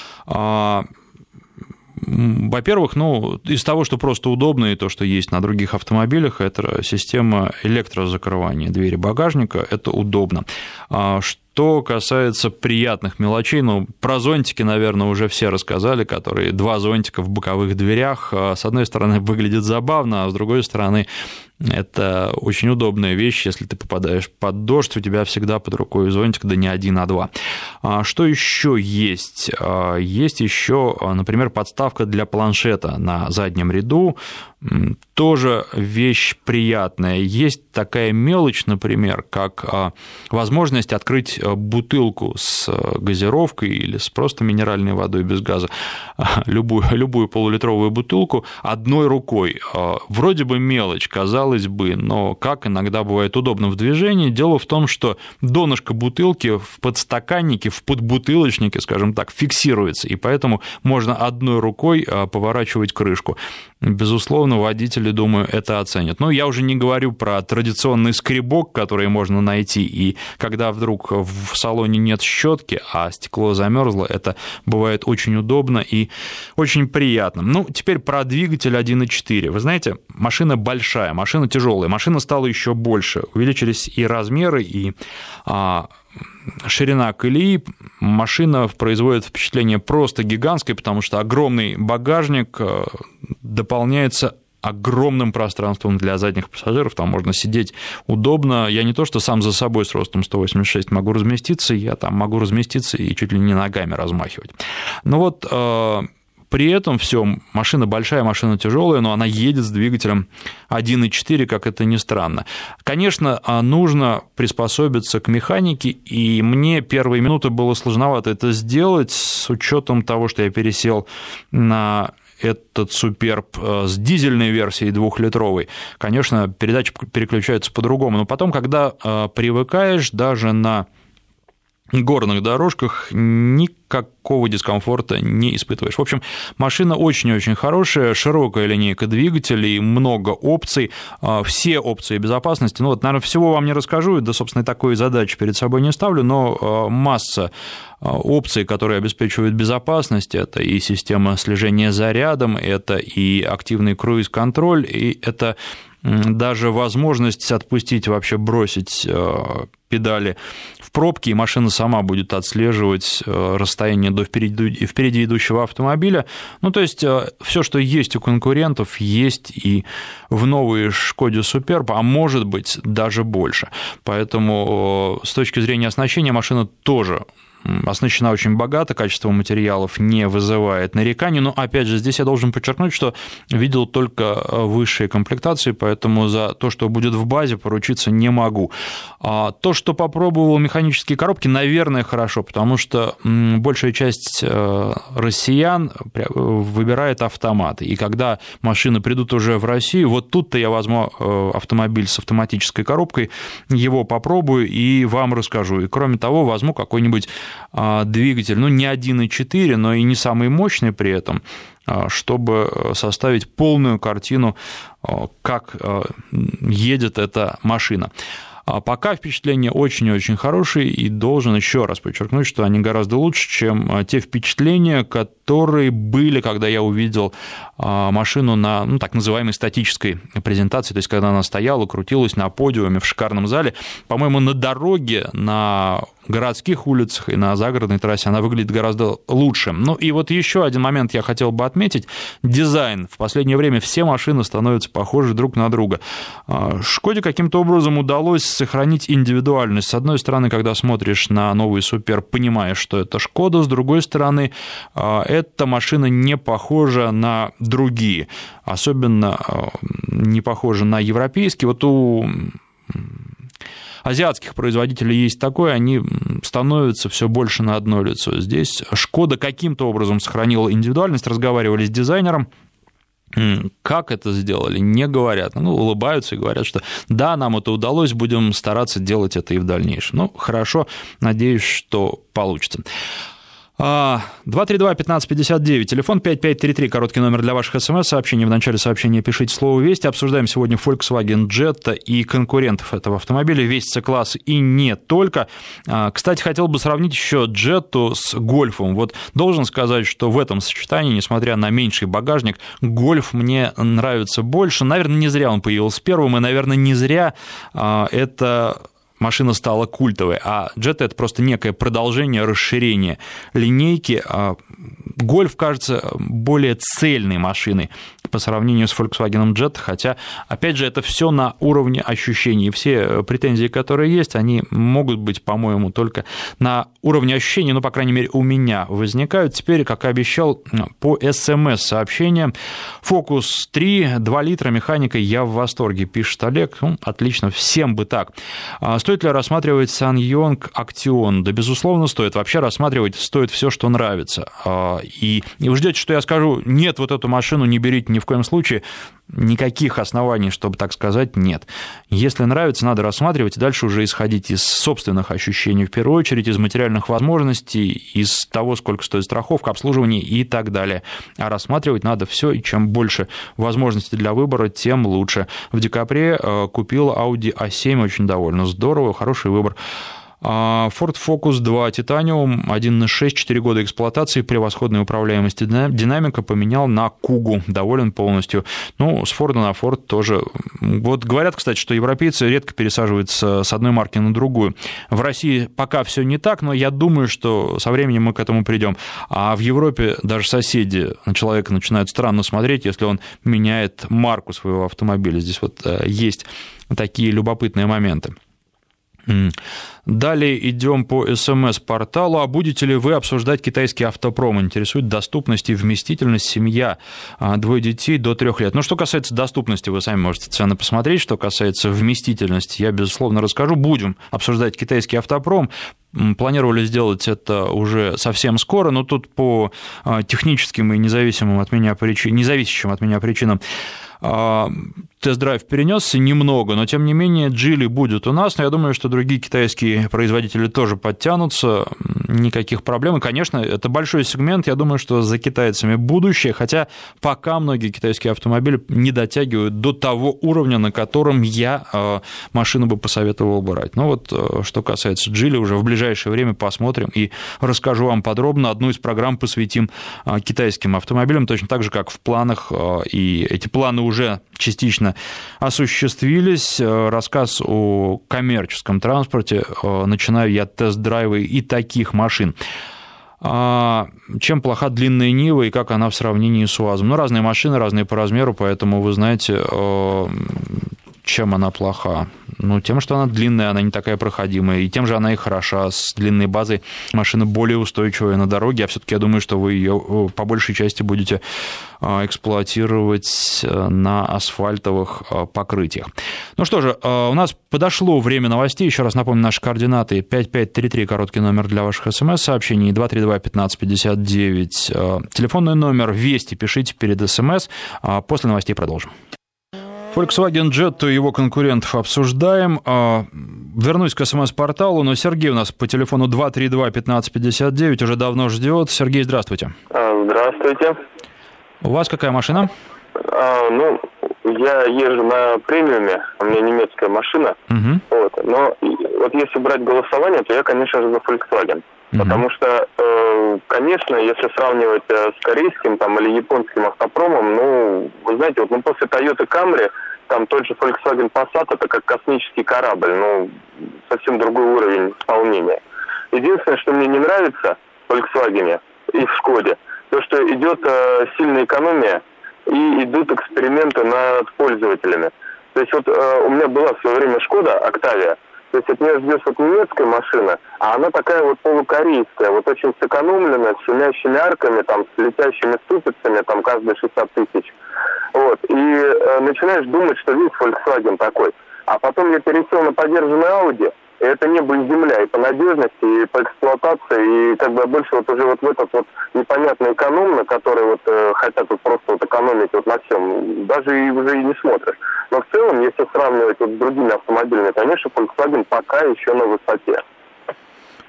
Во-первых, ну, из того, что просто удобно, и то, что есть на других автомобилях, это система электрозакрывания двери багажника, это удобно. Что касается приятных мелочей, ну, про зонтики, наверное, уже все рассказали, которые два зонтика в боковых дверях, с одной стороны, выглядит забавно, а с другой стороны, это очень удобная вещь, если ты попадаешь под дождь, у тебя всегда под рукой зонтик, да не один, а два. Что еще есть? Есть еще, например, подставка для планшета на заднем ряду, тоже вещь приятная. Есть такая мелочь, например, как возможность открыть бутылку с газировкой или с просто минеральной водой без газа, любую, любую полулитровую бутылку одной рукой. Вроде бы мелочь, казалось бы, но как иногда бывает удобно в движении. Дело в том, что донышко бутылки в подстаканнике, в подбутылочнике, скажем так, фиксируется, и поэтому можно одной рукой поворачивать крышку. Безусловно, водители, думаю, это оценят. Но я уже не говорю про традиционный скребок, который можно найти, и когда вдруг в салоне нет щетки, а стекло замерзло, это бывает очень удобно и очень приятно. Ну, теперь про двигатель один и четыре. Вы знаете, машина большая, машина тяжелая, машина стала еще больше, увеличились и размеры, и а, ширина колеи. Машина производит впечатление просто гигантской, потому что огромный багажник дополняется огромным пространством для задних пассажиров, там можно сидеть удобно. Я не то, что сам за собой с ростом сто восемьдесят шесть могу разместиться, я там могу разместиться и чуть ли не ногами размахивать. Но вот при этом все, машина большая, машина тяжелая, но она едет с двигателем один и четыре, как это ни странно. Конечно, нужно приспособиться к механике, и мне первые минуты было сложновато это сделать с учетом того, что я пересел на этот Суперб с дизельной версией двухлитровой. Конечно, передачи переключаются по-другому, но потом, когда привыкаешь, даже на горных дорожках никакого дискомфорта не испытываешь. В общем, машина очень-очень хорошая, широкая линейка двигателей, много опций, все опции безопасности. Ну вот, наверное, всего вам не расскажу, да, собственно, такой задачи перед собой не ставлю, но масса опций, которые обеспечивают безопасность, это и система слежения зарядом, это и активный круиз-контроль, и это даже возможность отпустить, вообще бросить педали в пробке, и машина сама будет отслеживать расстояние до впереди, впереди идущего автомобиля. Ну, то есть, все, что есть у конкурентов, есть и в новой Шкоде Суперб, а может быть, даже больше. Поэтому с точки зрения оснащения машина тоже оснащена очень богато, качество материалов не вызывает нареканий, но, опять же, здесь я должен подчеркнуть, что видел только высшие комплектации, поэтому за то, что будет в базе, поручиться не могу. А то, что попробовал механические коробки, наверное, хорошо, потому что большая часть россиян выбирает автоматы, и когда машины придут уже в Россию, вот тут-то я возьму автомобиль с автоматической коробкой, его попробую и вам расскажу, и, кроме того, возьму какой-нибудь двигатель, ну, не один и четыре, но и не самый мощный при этом, чтобы составить полную картину, как едет эта машина. Пока впечатления очень-очень хорошие, и должен еще раз подчеркнуть, что они гораздо лучше, чем те впечатления, которые были, когда я увидел машину на, ну, так называемой статической презентации, то есть когда она стояла, крутилась на подиуме в шикарном зале. По-моему, на дороге, на городских улицах и на загородной трассе она выглядит гораздо лучше. Ну и вот еще один момент я хотел бы отметить. Дизайн. В последнее время все машины становятся похожи друг на друга. Шкоде каким-то образом удалось сохранить индивидуальность. С одной стороны, когда смотришь на новый Суперб, понимаешь, что это Шкода, с другой стороны, эта машина не похожа на другие, особенно не похожа на европейские. Вот у азиатских производителей есть такое, они становятся все больше на одно лицо. Здесь Шкода каким-то образом сохранила индивидуальность, разговаривали с дизайнером. Как это сделали, не говорят. Ну, улыбаются и говорят, что да, нам это удалось, будем стараться делать это и в дальнейшем. Ну, хорошо, надеюсь, что получится. два три два пятнадцать пятьдесят девять, телефон пять пять три три, короткий номер для ваших смс-сообщений. В начале сообщения пишите слово «Вести». Обсуждаем сегодня Volkswagen Jetta и конкурентов этого автомобиля, весь C-класс и не только. Кстати, хотел бы сравнить еще Jetta с Гольфом. Вот должен сказать, что в этом сочетании, несмотря на меньший багажник, Гольф мне нравится больше. Наверное, не зря он появился первым, и, наверное, не зря это... машина стала культовой, а Jetta — это просто некое продолжение, расширение линейки. Гольф кажется более цельной машиной по сравнению с Volkswagen Jetta, хотя, опять же, это все на уровне ощущений. Все претензии, которые есть, они могут быть, по-моему, только на уровне ощущений, ну, по крайней мере, у меня возникают. Теперь, как и обещал, по СМС-сообщениям. Focus три, два литра, механика, я в восторге, пишет Олег. Ну, отлично, всем бы так. Стоит ли рассматривать SsangYong Action? Да, безусловно, стоит. Вообще рассматривать стоит все, что нравится. И, и вы ждете, что я скажу, нет, вот эту машину не берите ни в коем случае. Никаких оснований, чтобы так сказать, нет. Если нравится, надо рассматривать и дальше уже исходить из собственных ощущений, в первую очередь, из материальных возможностей, из того, сколько стоит страховка, обслуживание и так далее. А рассматривать надо все, и чем больше возможностей для выбора, тем лучше. В декабре купил Audi а семь, очень довольна. Здорово, хороший выбор. Ford Focus два Titanium, один и шесть, четыре года эксплуатации, превосходной управляемости, динамика, поменял на Кугу, доволен полностью. Ну, с Ford на Ford тоже. Вот говорят, кстати, что европейцы редко пересаживаются с одной марки на другую. В России пока все не так, но я думаю, что со временем мы к этому придем. А в Европе даже соседи на человека начинают странно смотреть, если он меняет марку своего автомобиля. Здесь вот есть такие любопытные моменты. Далее идем по СМС-порталу. А будете ли вы обсуждать китайский автопром? Интересует доступность и вместительность, семья, двое детей до трех лет. Ну, что касается доступности, вы сами можете цены посмотреть. Что касается вместительности, я, безусловно, расскажу. Будем обсуждать китайский автопром. Планировали сделать это уже совсем скоро, но тут по техническим и независимым от меня причин, независящим от меня причинам тест-драйв перенесся немного, но тем не менее Geely будет у нас, но я думаю, что другие китайские производители тоже подтянутся, никаких проблем. И, конечно, это большой сегмент, я думаю, что за китайцами будущее, хотя пока многие китайские автомобили не дотягивают до того уровня, на котором я машину бы посоветовал брать. Но вот что касается Geely, уже в ближайшее время посмотрим и расскажу вам подробно. Одну из программ посвятим китайским автомобилям, точно так же, как в планах, и эти планы уже частично осуществились. Рассказ о коммерческом транспорте. Начинаю я тест-драйвы и таких машин. Чем плоха длинная Нива и как она в сравнении с УАЗом? Ну, разные машины, разные по размеру, поэтому вы знаете, чем она плоха. Ну, тем, что она длинная, она не такая проходимая, и тем же она и хороша. С длинной базой машина более устойчивая на дороге, а все-таки я думаю, что вы ее по большей части будете эксплуатировать на асфальтовых покрытиях. Ну что же, у нас подошло время новостей. Еще раз напомню, наши координаты: пять пять три три, короткий номер для ваших смс-сообщений, два три два пятнадцать пятьдесят девять, телефонный номер Вести, пишите перед смс. После новостей продолжим. Volkswagen Jetta и его конкурентов обсуждаем. Вернусь к СМС-порталу, но Сергей у нас по телефону два три два пятнадцать пятьдесят девять уже давно ждет. Сергей, здравствуйте. Здравствуйте. У вас какая машина? А, ну, я езжу на премиуме, у меня немецкая машина. Угу. Вот. Но вот если брать голосование, то я, конечно же, за Volkswagen. Угу. Потому что, э, конечно, если сравнивать э, с корейским там, или японским автопромом, ну, вы знаете, вот ну, после Toyota Camry, там тот же Volkswagen Passat, это как космический корабль, ну, совсем другой уровень исполнения. Единственное, что мне не нравится в Volkswagen и в Шкоде, то, что идет э, сильная экономия и идут эксперименты над пользователями. То есть вот э, у меня была в свое время Шкода Октавия. То есть от нее ждешь вот немецкая машина, а она такая вот полукорейская, вот очень сэкономленная, с шумящими арками, там, с летящими ступицами, там, каждые шестьдесят тысяч. Вот. И э, начинаешь думать, что весь Volkswagen такой. А потом я пересел на подержанный Audi, и это небо и земля, и по надежности, и по эксплуатации, и как бы больше вот уже вот в этот вот непонятный экономно, который вот э, хотят вот просто вот экономить вот на всем, даже и уже и не смотришь. Но в целом, если сравнивать вот с другими автомобилями, конечно, Volkswagen пока еще на высоте.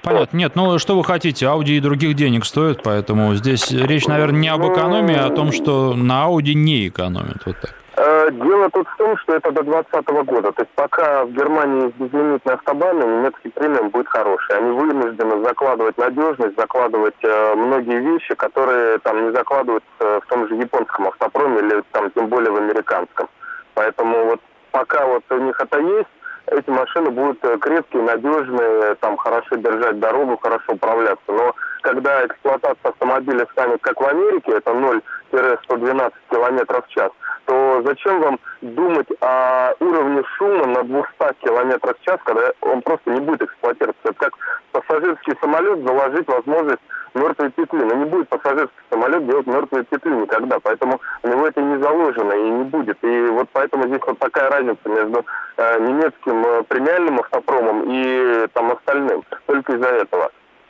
Понятно. Нет, ну что вы хотите, Audi и других денег стоит, поэтому здесь речь, наверное, не об экономии, а о том, что на Audi не экономят. Вот так. Дело тут в том, что это до двадцатого года. То есть пока в Германии безлимитные автобаны, немецкий премиум будет хороший. Они вынуждены закладывать надежность, закладывать э, многие вещи, которые там не закладывают э, в том же японском автопроме или там тем более в американском. Поэтому вот пока вот у них это есть, эти машины будут крепкие, надежные, там хорошо держать дорогу, хорошо управляться. Но когда эксплуатация автомобиля станет как в Америке, это ноль - сто двенадцать километров в час, то зачем вам думать о уровне шума на двухстах километрах в час, когда он просто не будет эксплуатироваться? Это как пассажирский самолет заложить возможность мертвой петли. Но не будет пассажирский самолет делать мертвые петли никогда. Поэтому у него это не заложено и не будет. И вот поэтому здесь вот такая разница между э, немецким э, премиальным автопромом и там остальным. Только из-за этого.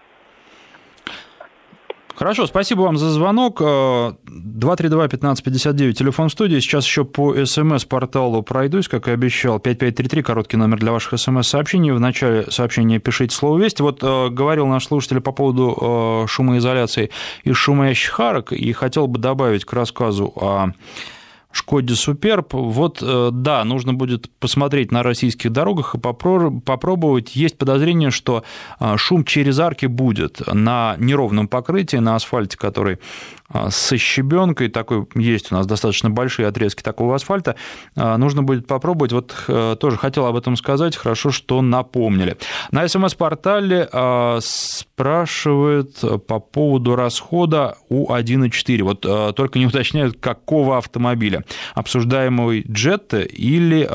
Хорошо, спасибо вам за звонок. два три два пятнадцать пятьдесят девять, телефон студии. Сейчас еще по СМС-порталу пройдусь, как и обещал. пять пять три три, короткий номер для ваших СМС-сообщений. В начале сообщения пишите слово «Весть». Вот э, говорил наш слушатель по поводу э, шумоизоляции из шумящих арок, и хотел бы добавить к рассказу о Шкоде Суперб. Вот, да, нужно будет посмотреть на российских дорогах и попробовать. Есть подозрение, что шум через арки будет на неровном покрытии, на асфальте, который со щебенкой, такой есть у нас достаточно большие отрезки такого асфальта. Нужно будет попробовать. Вот тоже хотел об этом сказать, хорошо, что напомнили. На СМС-портале спрашивают по поводу расхода У один и четыре. Вот только не уточняют, какого автомобиля. Обсуждаемый Jetta или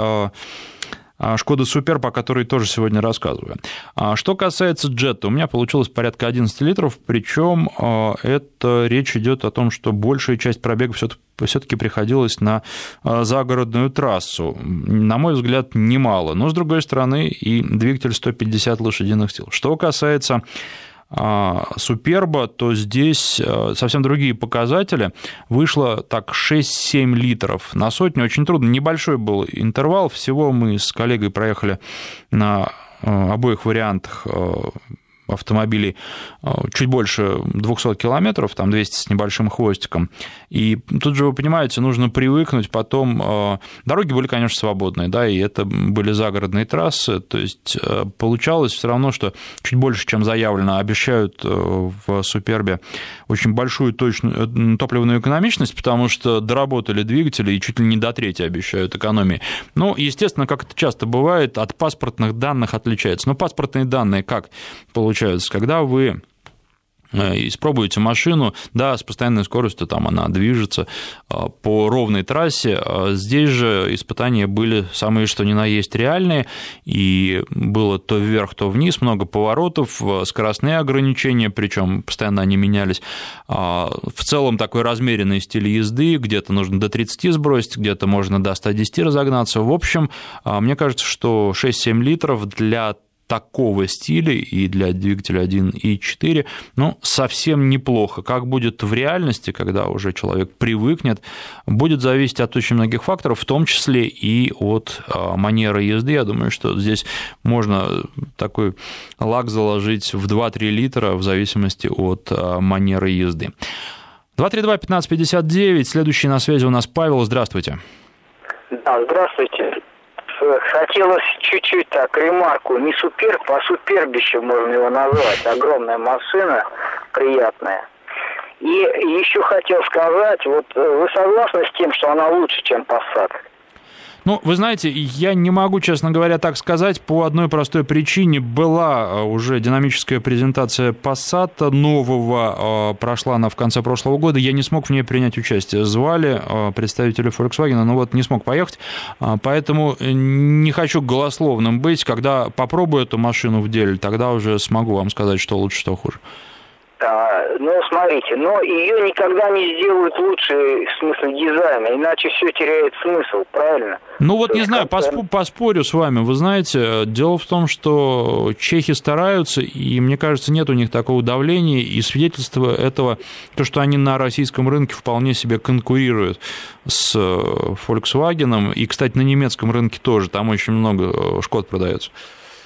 Шкода Суперб, о которой тоже сегодня рассказываю. Что касается Jetta, у меня получилось порядка одиннадцать литров, причем это речь идет о том, что большая часть пробега все-таки приходилась на загородную трассу. На мой взгляд, немало, но, с другой стороны, и двигатель сто пятьдесят лошадиных сил. Что касается Суперба, то здесь совсем другие показатели. Вышло так шесть-семь литров на сотню. Очень трудно. Небольшой был интервал. Всего мы с коллегой проехали на обоих вариантах автомобилей чуть больше двухсот километров, там двести с небольшим хвостиком. И тут же, вы понимаете, нужно привыкнуть. Потом дороги были, конечно, свободные, да, и это были загородные трассы, то есть получалось все равно, что чуть больше, чем заявлено. Обещают в Супербе очень большую точную топливную экономичность, потому что доработали двигатели и чуть ли не до трети обещают экономии. Ну, естественно, как это часто бывает, от паспортных данных отличается. Но паспортные данные как получаются? Когда вы испробуете машину, да, с постоянной скоростью там она движется по ровной трассе, здесь же испытания были самые что ни на есть реальные, и было то вверх, то вниз, много поворотов, скоростные ограничения, причем постоянно они менялись. В целом такой размеренный стиль езды, где-то нужно до тридцати сбросить, где-то можно до ста десяти разогнаться. В общем, мне кажется, что шесть-семь литров для такого стиля и для двигателя один и четыре, ну, совсем неплохо. Как будет в реальности, когда уже человек привыкнет, будет зависеть от очень многих факторов, в том числе и от манеры езды. Я думаю, что здесь можно такой лак заложить в два-три литра в зависимости от манеры езды. два три два пятнадцать пятьдесят девять, следующий на связи у нас Павел, здравствуйте. Да, здравствуйте. Хотелось чуть-чуть так, ремарку, не Суперб, а Супербище можно его назвать. Огромная машина, приятная. И еще хотел сказать, вот вы согласны с тем, что она лучше, чем Passat? Ну, вы знаете, я не могу, честно говоря, так сказать по одной простой причине. Была уже динамическая презентация Passat нового, прошла она в конце прошлого года, я не смог в ней принять участие. Звали представителей Volkswagen, но вот не смог поехать, поэтому не хочу голословным быть. Когда попробую эту машину в деле, тогда уже смогу вам сказать, что лучше, что хуже. А, ну, смотрите, но ее никогда не сделают лучше, в смысле дизайна, иначе все теряет смысл, правильно? Ну вот, не знаю, поспо- поспорю с вами. Вы знаете, дело в том, что чехи стараются, и, мне кажется, нет у них такого давления, и свидетельство этого, то, что они на российском рынке вполне себе конкурируют с Volkswagen, и, кстати, на немецком рынке тоже, там очень много Шкод продается.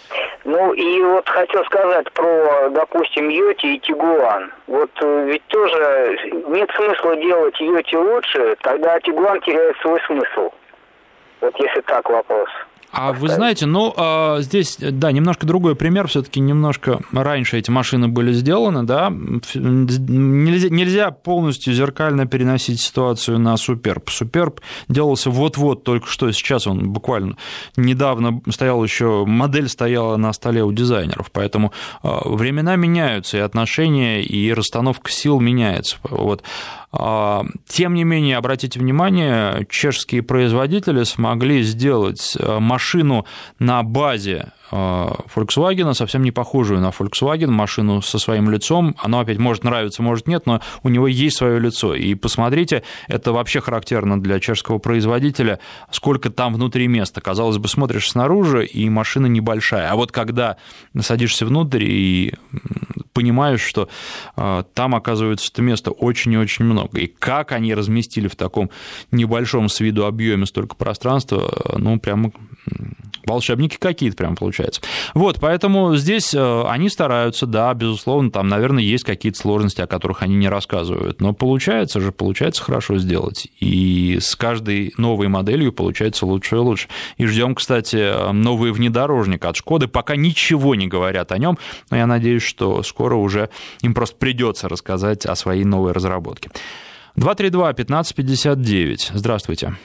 Ну и вот хотел сказать про, допустим, Йоти и Тигуан. Вот ведь тоже нет смысла делать Йоти лучше, тогда Тигуан теряет свой смысл. Вот если так вопрос. А вы знаете, ну, здесь, да, немножко другой пример, все-таки немножко раньше эти машины были сделаны, да, нельзя, нельзя полностью зеркально переносить ситуацию на Суперб. Суперб делался вот-вот, только что, сейчас он буквально недавно стоял еще, модель стояла на столе у дизайнеров, поэтому времена меняются, и отношения, и расстановка сил меняется, вот. Тем не менее, обратите внимание, чешские производители смогли сделать машину на базе Volkswagen, совсем не похожую на Volkswagen, машину со своим лицом. Оно опять может нравиться, может нет, но у него есть свое лицо. И посмотрите, это вообще характерно для чешского производителя, сколько там внутри места. Казалось бы, смотришь снаружи, и машина небольшая. А вот когда садишься внутрь и понимаешь, что там, оказывается, это место очень и очень много. И как они разместили в таком небольшом с виду объеме столько пространства, ну, прямо волшебники какие-то прям получается. Вот, поэтому здесь они стараются, да, безусловно, там, наверное, есть какие-то сложности, о которых они не рассказывают, но получается же, получается хорошо сделать, и с каждой новой моделью получается лучше и лучше. И ждем, кстати, новый внедорожник от Шкоды, пока ничего не говорят о нем, но я надеюсь, что скоро уже им просто придется рассказать о своей новой разработке. два три два пятнадцать пятьдесят девять. Здравствуйте.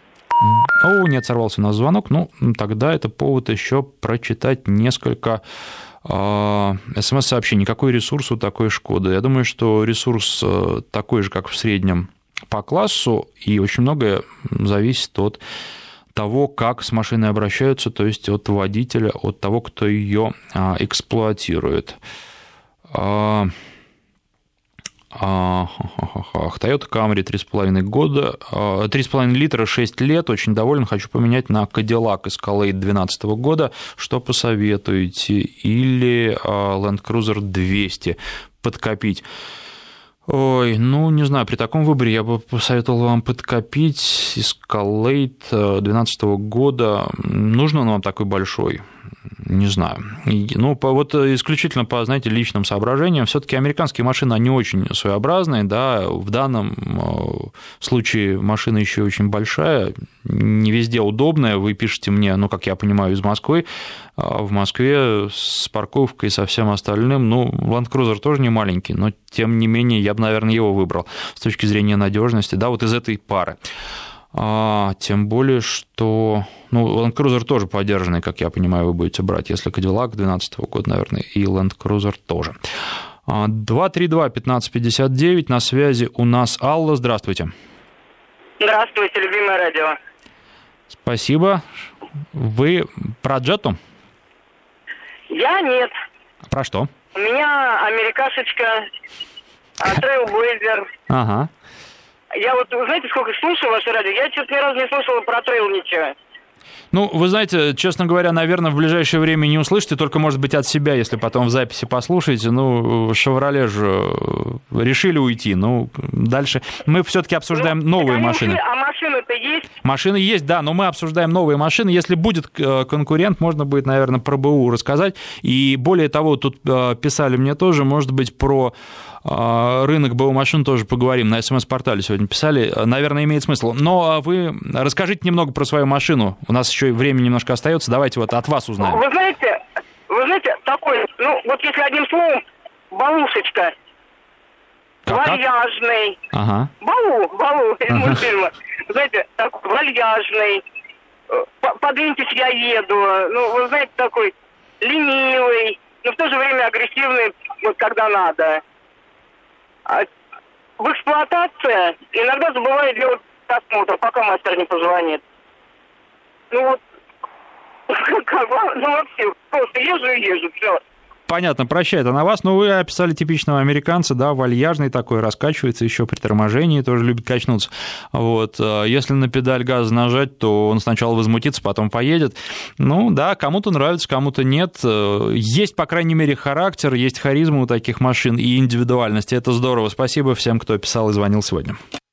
О, нет, сорвался у нас звонок. Ну, тогда это повод еще прочитать несколько э, смс-сообщений. Какой ресурс у такой Шкоды? Я думаю, что ресурс такой же, как в среднем по классу, и очень многое зависит от того, как с машиной обращаются, то есть от водителя, от того, кто ее эксплуатирует. Toyota Camry три с половиной года, три с половиной литра, шесть лет, очень доволен, хочу поменять на Cadillac Escalade две тысячи двенадцатого года, что посоветуете? Или Land Cruiser двести подкопить? Ой, ну, не знаю, при таком выборе я бы посоветовал вам подкопить Escalade две тысячи двенадцатого года. Нужен он вам такой большой? Не знаю. Ну, по, вот исключительно по, знаете, личным соображениям, все-таки американские машины, они очень своеобразные, да, в данном случае машина еще очень большая, не везде удобная, вы пишете мне, ну, как я понимаю, из Москвы, в Москве с парковкой и со всем остальным, ну, Land Cruiser тоже не маленький, но, тем не менее, я бы, наверное, его выбрал с точки зрения надежности, да, вот из этой пары. А, тем более, что, ну, Land Cruiser тоже поддержанный, как я понимаю, вы будете брать, если Cadillac две тысячи двенадцатого года, наверное, и Land Cruiser тоже. два три два пятнадцать пятьдесят девять, на связи у нас Алла, здравствуйте. Здравствуйте, любимое радио. Спасибо. Вы про Джетту? Я нет. Про что? У меня америкашечка, Trailblazer. Ага. Я вот, вы знаете, сколько слушаю ваше радио, я что-то ни разу не слышала про трейл ничего. Ну, вы знаете, честно говоря, наверное, в ближайшее время не услышите, только, может быть, от себя, если потом в записи послушаете. Ну, «Шевроле» же решили уйти. Ну, дальше мы все-таки обсуждаем ну, новые машины. Ушли, а машины-то есть? Машины есть, да, но мы обсуждаем новые машины. Если будет конкурент, можно будет, наверное, про БУ рассказать. И более того, тут писали мне тоже, может быть, про рынок БУ машин тоже поговорим. На СМС-портале сегодня писали. Наверное, имеет смысл. Но вы расскажите немного про свою машину. У нас еще время немножко остается. Давайте вот от вас узнаем. Вы знаете, вы знаете, такой, ну, вот если одним словом, балушечка. Как, вальяжный. Ага. Балу, балу из ага. мультфильма. Знаете, такой вальяжный. Подвиньтесь, я еду. Ну, вы знаете, такой ленивый, но в то же время агрессивный, вот когда надо. В эксплуатации иногда забываю делать осмотр, пока мастер не позвонит. Ну вот, как бы, ну вообще, просто езжу и езжу, все. Понятно, прощает она вас, но вы описали типичного американца, да, вальяжный такой, раскачивается еще при торможении, тоже любит качнуться. Вот. Если на педаль газа нажать, то он сначала возмутится, потом поедет. Ну да, кому-то нравится, кому-то нет. Есть, по крайней мере, характер, есть харизма у таких машин и индивидуальность. Это здорово. Спасибо всем, кто писал и звонил сегодня.